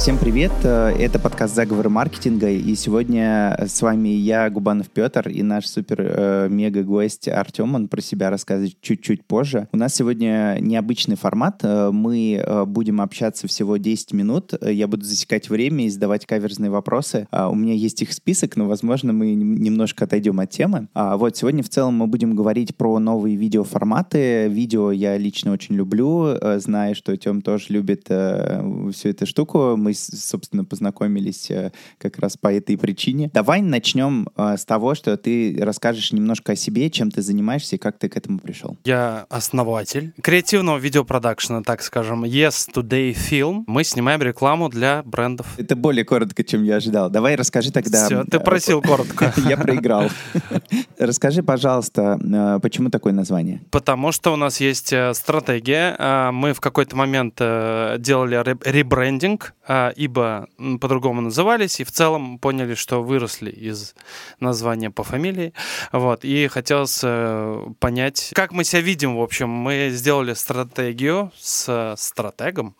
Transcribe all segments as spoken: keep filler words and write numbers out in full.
Всем привет, это подкаст «Заговоры маркетинга», и сегодня с вами я, Губанов Петр, и наш супер-мега-гость Артем, он про себя расскажет чуть-чуть позже. У нас сегодня необычный формат, мы будем общаться всего десять минут, я буду засекать время и задавать каверзные вопросы. У меня есть их список, но, возможно, мы немножко отойдем от темы. Вот, сегодня в целом мы будем говорить про новые видеоформаты. Видео я лично очень люблю, знаю, что Тем тоже любит всю эту штуку. Мы, собственно, познакомились как раз по этой причине. Давай начнем с того, что ты расскажешь немножко о себе, чем ты занимаешься и как ты к этому пришел. Я основатель креативного видеопродакшена, так скажем, Yes Today Film. Мы снимаем рекламу для брендов. Это более коротко, чем я ожидал. Давай расскажи тогда... Все, ты просил коротко. Я проиграл. Расскажи, пожалуйста, почему такое название? Потому что у нас есть стратегия. Мы в какой-то момент делали ребрендинг, ибо по-другому назывались, и в целом поняли, что выросли из названия по фамилии. Вот. И хотелось понять, как мы себя видим. В общем, мы сделали стратегию с стратегом,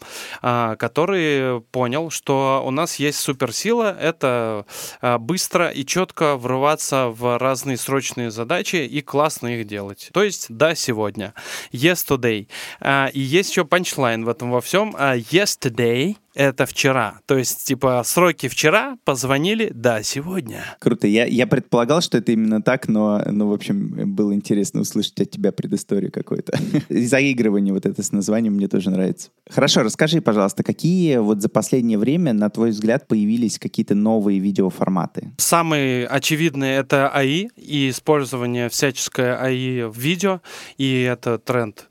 который понял, что у нас есть суперсила. Это быстро и четко врываться в разные срочные задачи и классно их делать. То есть, да, сегодня. Yes, today. И есть еще панчлайн в этом во всем. Yesterday — это вчера. То есть, типа, сроки вчера, позвонили, да, сегодня. Круто. Я, я предполагал, что это именно так, но, ну, в общем, было интересно услышать от тебя предысторию какую-то. Заигрывание вот это с названием мне тоже нравится. Хорошо, расскажи, пожалуйста, какие вот за последнее время, на твой взгляд, появились какие-то новые видеоформаты? Самые очевидные — это эй ай и использование всяческое эй ай в видео, и это тренд.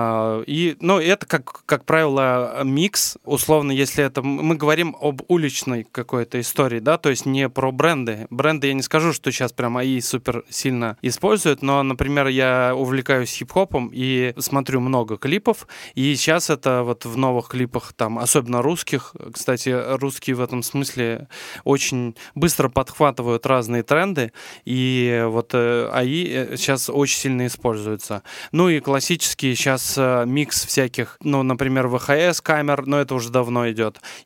И, ну, это, как, как правило, микс. Условно, если Если это мы говорим об уличной какой-то истории, да, то есть не про бренды. Бренды я не скажу, что сейчас прям эй ай супер сильно используют, но, например, я увлекаюсь хип-хопом и смотрю много клипов, и сейчас это вот в новых клипах, там, особенно русских, кстати, русские в этом смысле очень быстро подхватывают разные тренды, и вот эй ай сейчас очень сильно используется. Ну и классический сейчас микс всяких, ну, например, ви эйч эс-камер, но это уже давно идет.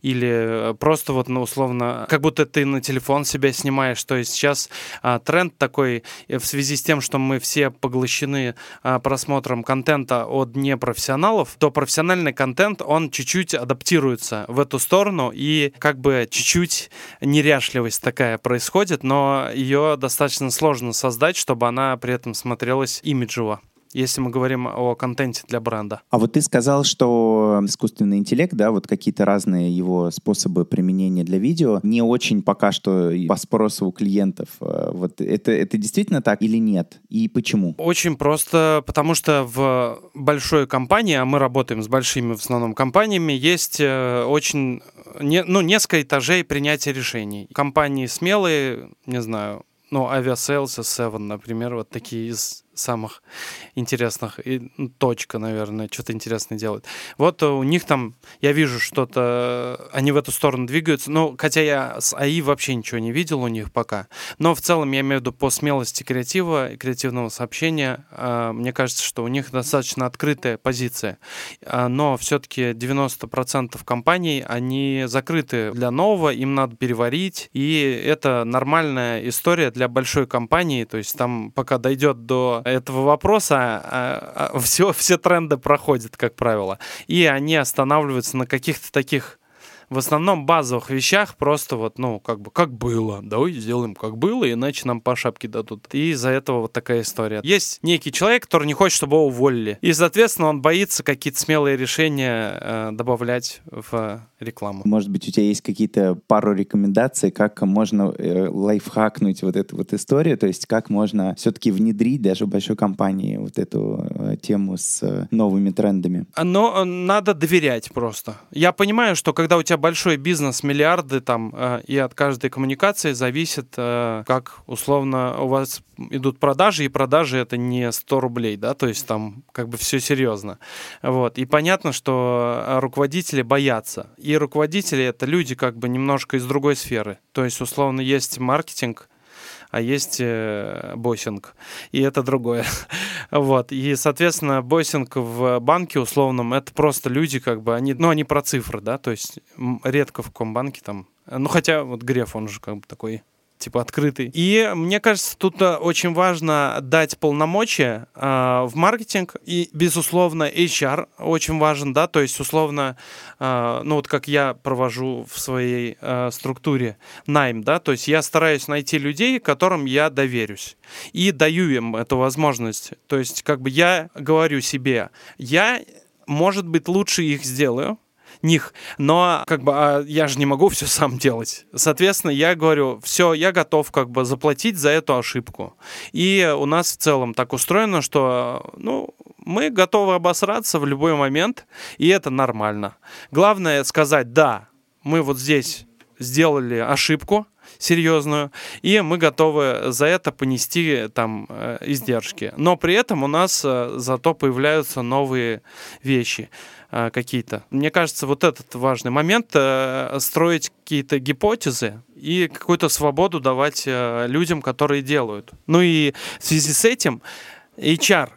Или просто вот, ну, условно, как будто ты на телефон себя снимаешь. То есть сейчас а, тренд такой в связи с тем, что мы все поглощены а, просмотром контента от непрофессионалов, то профессиональный контент, он чуть-чуть адаптируется в эту сторону, и как бы чуть-чуть неряшливость такая происходит, но ее достаточно сложно создать, чтобы она при этом смотрелась имиджево, если мы говорим о контенте для бренда. А вот ты сказал, что искусственный интеллект, да, вот какие-то разные его способы применения для видео не очень пока что по спросу у клиентов. Вот это, это действительно так или нет? И почему? Очень просто, потому что в большой компании, а мы работаем с большими в основном компаниями, есть очень, не, ну, несколько этажей принятия решений. Компании смелые, не знаю, ну, Aviasales, эс севен, например, вот такие из самых интересных, и ну, точка, наверное, что-то интересное делает. Вот у них там, я вижу что-то, они в эту сторону двигаются, ну, хотя я с эй ай вообще ничего не видел у них пока, но в целом я имею в виду по смелости креатива и креативного сообщения, э, мне кажется, что у них достаточно открытая позиция, э, но все-таки девяносто процентов компаний, они закрыты для нового, им надо переварить, и это нормальная история для большой компании, то есть там пока дойдет до этого вопроса, а, а, все, все тренды проходят, как правило, и они останавливаются на каких-то таких, в основном, базовых вещах, просто вот, ну, как бы, как было, давай сделаем как было, иначе нам по шапке дадут. И из-за этого вот такая история. Есть некий человек, который не хочет, чтобы его уволили, и, соответственно, он боится какие-то смелые решения э, добавлять в рекламу. Может быть, у тебя есть какие-то пару рекомендаций, как можно э, лайфхакнуть вот эту вот историю, то есть как можно все-таки внедрить даже в большой компании вот эту э, тему с э, новыми трендами? Но надо доверять просто. Я понимаю, что когда у тебя большой бизнес, миллиарды там, э, и от каждой коммуникации зависит, э, как условно у вас идут продажи, и продажи — это не сто рублей, да, то есть там как бы все серьезно. Вот. И понятно, что руководители боятся. И руководители — это люди как бы немножко из другой сферы. То есть, условно, есть маркетинг, а есть э, боссинг, и это другое. Вот, и, соответственно, боссинг в банке условном, это просто люди, как бы, они, ну, они про цифры, да, то есть редко в каком банке там, ну, хотя вот Греф, он же как бы такой, типа, открытый. И мне кажется, тут очень важно дать полномочия э, в маркетинг, и, безусловно, эйч ар очень важен, да, то есть, условно, э, ну, вот как я провожу в своей э, структуре найм, да, то есть я стараюсь найти людей, которым я доверюсь, и даю им эту возможность. То есть, как бы я говорю себе, я, может быть, лучше их сделаю, них, но как бы а я же не могу все сам делать. Соответственно, я говорю, все, я готов как бы заплатить за эту ошибку. И у нас в целом так устроено, что, ну, мы готовы обосраться в любой момент, и это нормально. Главное сказать, да, мы вот здесь сделали ошибку серьезную, и мы готовы за это понести там э, издержки. Но при этом у нас э, зато появляются новые вещи э, какие-то. Мне кажется, вот этот важный момент э, строить какие-то гипотезы и какую-то свободу давать э, людям, которые делают. Ну и в связи с этим эйч ар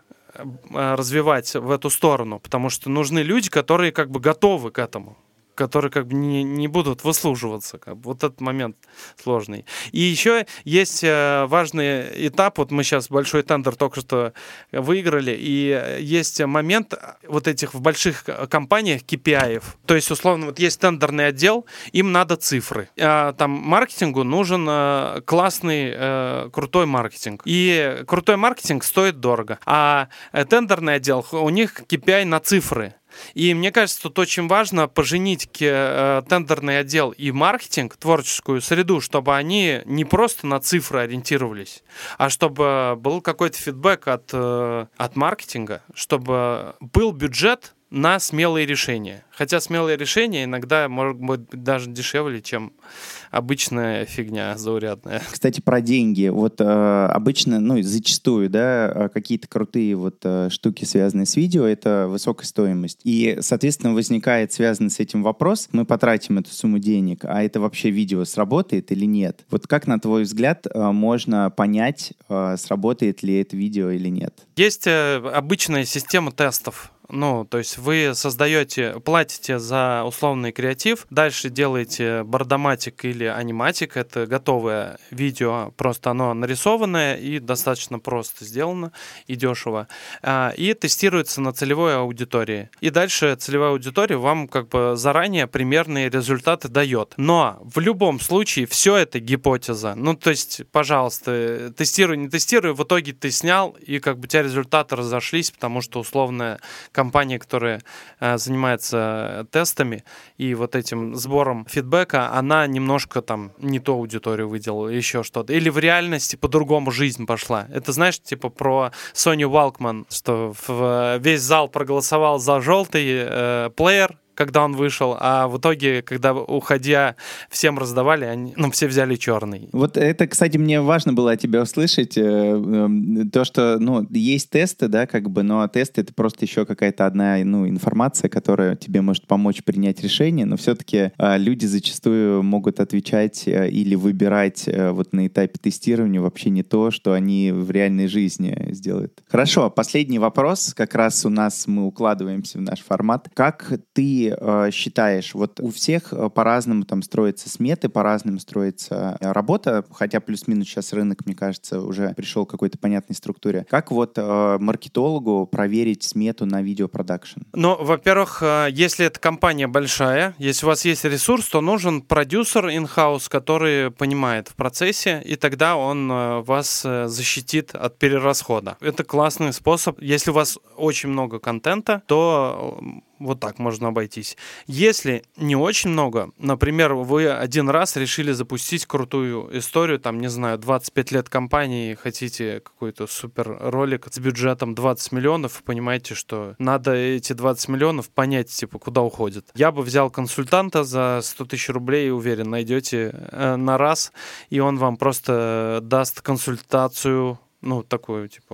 э, развивать в эту сторону, потому что нужны люди, которые как бы готовы к этому, которые как бы не, не будут выслуживаться. Как бы. Вот этот момент сложный. И еще есть э, важный этап. Вот мы сейчас большой тендер только что выиграли, и есть момент вот этих в больших компаниях кей пи ай-ев. То есть, условно, вот есть тендерный отдел, им надо цифры. А там маркетингу нужен э, классный, э, крутой маркетинг. И крутой маркетинг стоит дорого. А э, тендерный отдел, у них кей пи ай на цифры. И мне кажется, тут очень важно поженить э, тендерный отдел и маркетинг, творческую среду, чтобы они не просто на цифры ориентировались, а чтобы был какой-то фидбэк от, э, от маркетинга, чтобы был бюджет на смелые решения. Хотя смелые решения иногда могут быть даже дешевле, чем обычная фигня заурядная. Кстати, про деньги. Вот э, обычно, ну, зачастую, да, какие-то крутые вот э, штуки, связанные с видео, это высокая стоимость. И, соответственно, возникает связанный с этим вопрос, мы потратим эту сумму денег, а это вообще видео сработает или нет? Вот как, на твой взгляд, э, можно понять, э, сработает ли это видео или нет? Есть э, обычная система тестов. Ну, то есть вы создаете, платите за условный креатив, дальше делаете бардоматик или аниматик, это готовое видео, просто оно нарисованное и достаточно просто сделано и дешево, и тестируется на целевой аудитории. И дальше целевая аудитория вам как бы заранее примерные результаты дает. Но в любом случае все это гипотеза. Ну, то есть, пожалуйста, тестируй, не тестируй, в итоге ты снял, и как бы у тебя результаты разошлись, потому что условная компания, которая э, занимается тестами и вот этим сбором фидбэка, она немножко там не ту аудиторию выделала, еще что-то. Или в реальности по-другому жизнь пошла. Это, знаешь, типа про Соню Валкман, что в, весь зал проголосовал за желтый э, плеер, когда он вышел, а в итоге, когда, уходя, всем раздавали, они, ну, все взяли черный. Вот это, кстати, мне важно было от тебя услышать, э, э, то, что, ну, есть тесты, да, как бы, но тесты — это просто еще какая-то одна, ну, информация, которая тебе может помочь принять решение, но все-таки э, люди зачастую могут отвечать э, или выбирать э, вот на этапе тестирования вообще не то, что они в реальной жизни сделают. Хорошо, последний вопрос, как раз у нас мы укладываемся в наш формат. Как ты считаешь, вот у всех по-разному там строятся сметы, по-разному строится работа, хотя плюс-минус сейчас рынок, мне кажется, уже пришел к какой-то понятной структуре. Как вот э, маркетологу проверить смету на видеопродакшн? Ну, во-первых, если эта компания большая, если у вас есть ресурс, то нужен продюсер in-house, который понимает в процессе, и тогда он вас защитит от перерасхода. Это классный способ. Если у вас очень много контента, то вот так можно обойтись. Если не очень много, например, вы один раз решили запустить крутую историю, там, не знаю, двадцать пять лет компании, хотите какой-то супер ролик с бюджетом двадцать миллионов, понимаете, что надо эти двадцать миллионов понять, типа, куда уходит. Я бы взял консультанта за сто тысяч рублей, уверен, найдете э, на раз, и он вам просто даст консультацию, ну, такую, типа,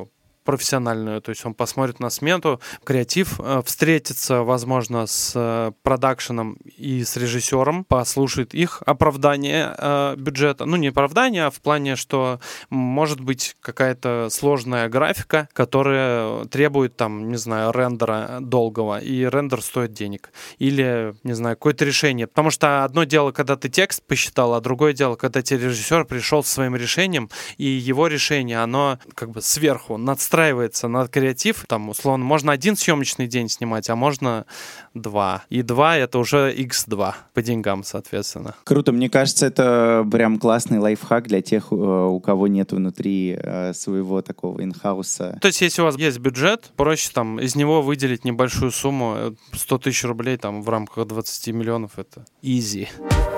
профессиональную, то есть он посмотрит на смету, креатив, встретится, возможно, с продакшеном и с режиссером, послушает их оправдание бюджета. Ну, не оправдание, а в плане, что может быть какая-то сложная графика, которая требует, там, не знаю, рендера долгого, и рендер стоит денег. Или, не знаю, какое-то решение. Потому что одно дело, когда ты текст посчитал, а другое дело, когда тебе режиссер пришел со своим решением, и его решение, оно как бы сверху надстраивается на креатив. Там, условно, можно один съемочный день снимать, а можно два. И два — это уже икс два по деньгам, соответственно. Круто. Мне кажется, это прям классный лайфхак для тех, у кого нет внутри своего такого инхауса. То есть, если у вас есть бюджет, проще там из него выделить небольшую сумму, сто тысяч рублей там в рамках двадцать миллионов, это easy.